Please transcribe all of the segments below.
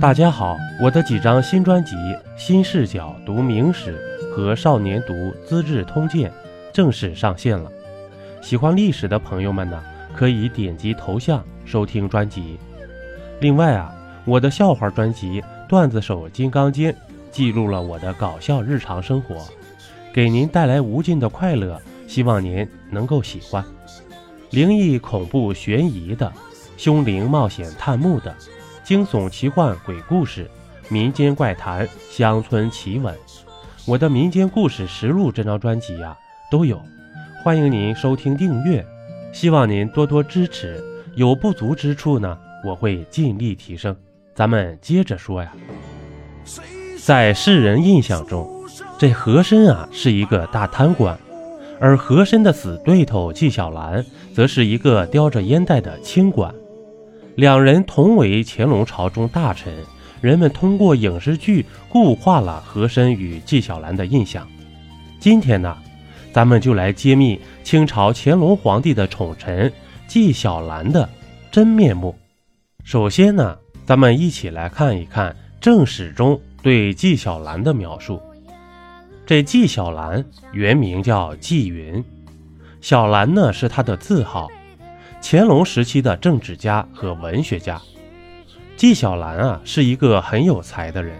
大家好，我的几张新专辑《新视角读明史》和《少年读资治通鉴》正式上线了。喜欢历史的朋友们呢，可以点击头像收听专辑。另外啊，我的笑话专辑《段子手金刚经》记录了我的搞笑日常生活，给您带来无尽的快乐，希望您能够喜欢。灵异恐怖悬疑的，凶灵冒险探墓的，惊悚奇幻鬼故事，民间怪谈，乡村奇闻，我的民间故事实录这张专辑都有，欢迎您收听订阅，希望您多多支持，有不足之处呢，我会尽力提升。咱们接着说在世人印象中，这和珅是一个大贪官，而和珅的死对头纪晓岚则是一个叼着烟袋的清官。两人同为乾隆朝中大臣，人们通过影视剧固化了和珅与纪晓岚的印象。今天呢，咱们就来揭秘清朝乾隆皇帝的宠臣纪晓岚的真面目。首先呢，咱们一起来看一看正史中对纪晓岚的描述。这纪晓岚原名叫纪云，小岚呢是他的字号，乾隆时期的政治家和文学家。纪晓岚是一个很有才的人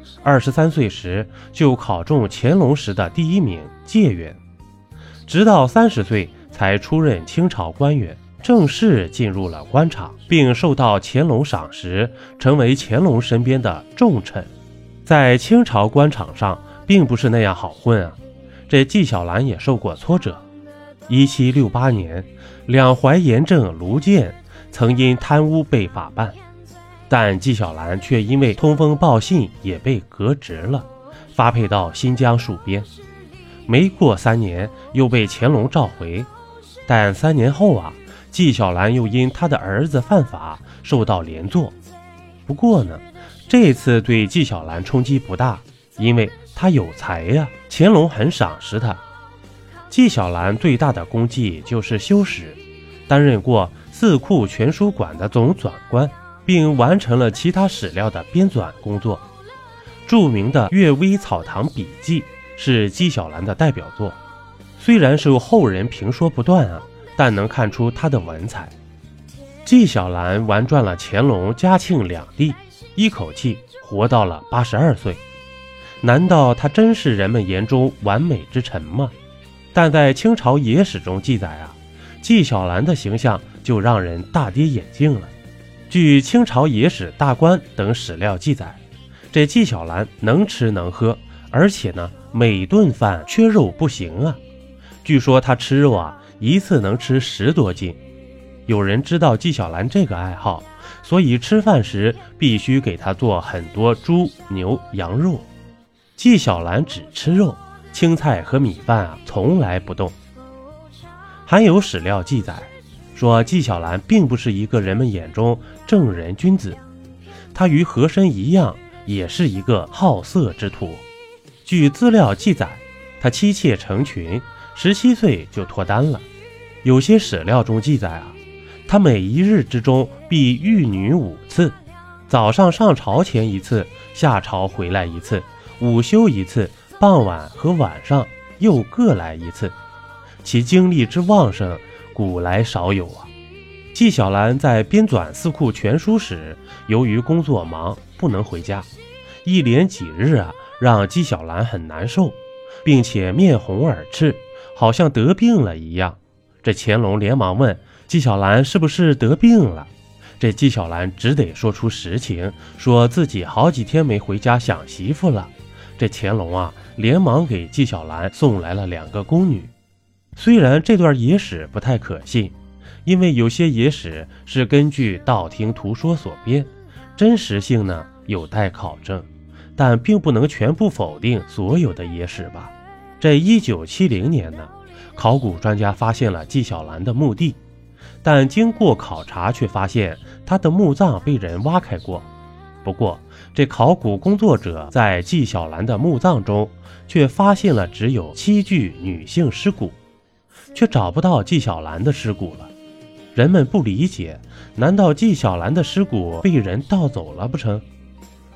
，23岁时就考中乾隆时的第1名解元，直到30岁才出任清朝官员，正式进入了官场，并受到乾隆赏识，成为乾隆身边的重臣。在清朝官场上并不是那样好混这纪晓岚也受过挫折。1768年，两淮盐政卢建曾因贪污被法办，但纪晓岚却因为通风报信也被革职了，发配到新疆戍边。没过3年又被乾隆召回，但3年后纪晓岚又因他的儿子犯法受到连坐。不过呢，这次对纪晓岚冲击不大，因为他有才乾隆很赏识他。纪晓岚最大的功绩就是修史，担任过四库全书馆的总纂官，并完成了其他史料的编纂工作。著名的《阅微草堂笔记》是纪晓岚的代表作，虽然受后人评说不断但能看出他的文采。纪晓岚玩转了乾隆、嘉庆两帝，一口气活到了82岁。难道他真是人们眼中完美之臣吗？但在清朝野史中记载纪晓岚的形象就让人大跌眼镜了。据清朝野史大观等史料记载，这纪晓岚能吃能喝，而且呢每顿饭缺肉不行据说他吃肉一次能吃10多斤。有人知道纪晓岚这个爱好，所以吃饭时必须给他做很多猪、牛、羊肉。纪晓岚只吃肉，青菜和米饭从来不动。还有史料记载说，纪晓岚并不是一个人们眼中正人君子，他与和珅一样，也是一个好色之徒。据资料记载，他妻妾成群，17岁就脱单了。有些史料中记载他每一日之中必遇女5次，早上上朝前1次，下朝回来1次，午休1次，傍晚和晚上又各来1次，其精力之旺盛，古来少有纪晓岚在编纂四库全书时，由于工作忙不能回家，一连几日让纪晓岚很难受，并且面红耳赤，好像得病了一样。这乾隆连忙问纪晓岚是不是得病了，这纪晓岚只得说出实情，说自己好几天没回家想媳妇了。这乾隆连忙给纪晓岚送来了2个宫女。虽然这段野史不太可信，因为有些野史是根据道听途说所编，真实性呢有待考证，但并不能全部否定所有的野史吧。这1970年呢，考古专家发现了纪晓岚的墓地，但经过考察却发现他的墓葬被人挖开过。不过这考古工作者在纪晓岚的墓葬中却发现了只有7具女性尸骨，却找不到纪晓岚的尸骨了。人们不理解，难道纪晓岚的尸骨被人盗走了不成？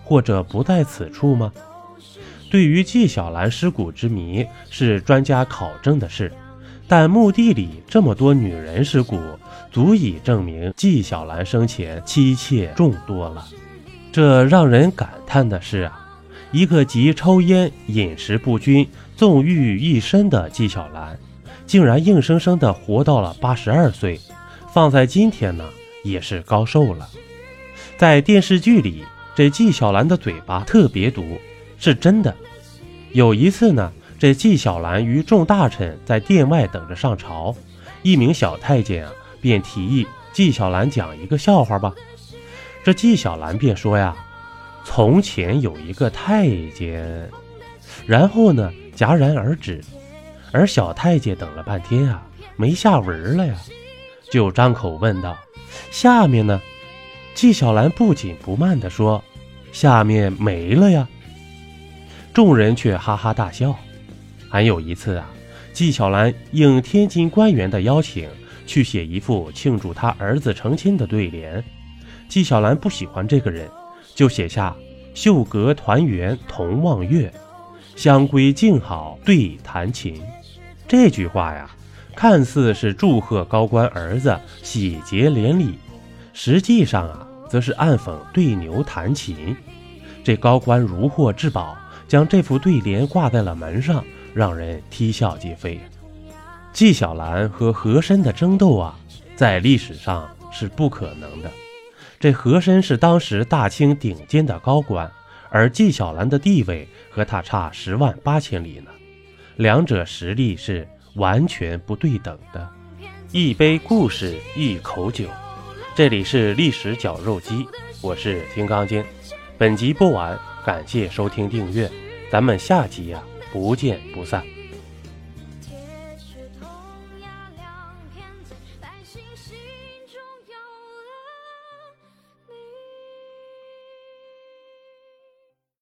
或者不在此处吗？对于纪晓岚尸骨之谜是专家考证的事，但墓地里这么多女人尸骨，足以证明纪晓岚生前妻妾众多了。这让人感叹的是啊，一个集抽烟、饮食不均、纵欲一身的纪晓岚，竟然硬生生地活到了82岁，放在今天呢，也是高寿了。在电视剧里，这纪晓岚的嘴巴特别毒，是真的。有一次呢，这纪晓岚与众大臣在殿外等着上朝，一名小太监啊，便提议纪晓岚讲一个笑话吧。这纪晓岚便说呀，从前有一个太监，然后呢戛然而止。而小太监等了半天啊，没下文了呀，就张口问道，下面呢？纪晓岚不紧不慢地说，下面没了呀。众人却哈哈大笑。还有一次啊，纪晓岚应天津官员的邀请，去写一副庆祝他儿子成亲的对联。纪晓岚不喜欢这个人，就写下秀阁团圆同望月，香闺静好对弹琴。这句话呀，看似是祝贺高官儿子喜结连理，实际上啊，则是暗讽对牛弹琴。这高官如获至宝，将这副对联挂在了门上，让人啼笑皆非。纪晓岚和和珅的争斗啊，在历史上是不可能的。这和珅是当时大清顶尖的高官，而纪晓岚的地位和他差10万8千里呢，两者实力是完全不对等的。一杯故事，一口酒，这里是历史绞肉机，我是金刚经。本集播完，感谢收听订阅，咱们下集啊，不见不散。铁石铜牙两片在心系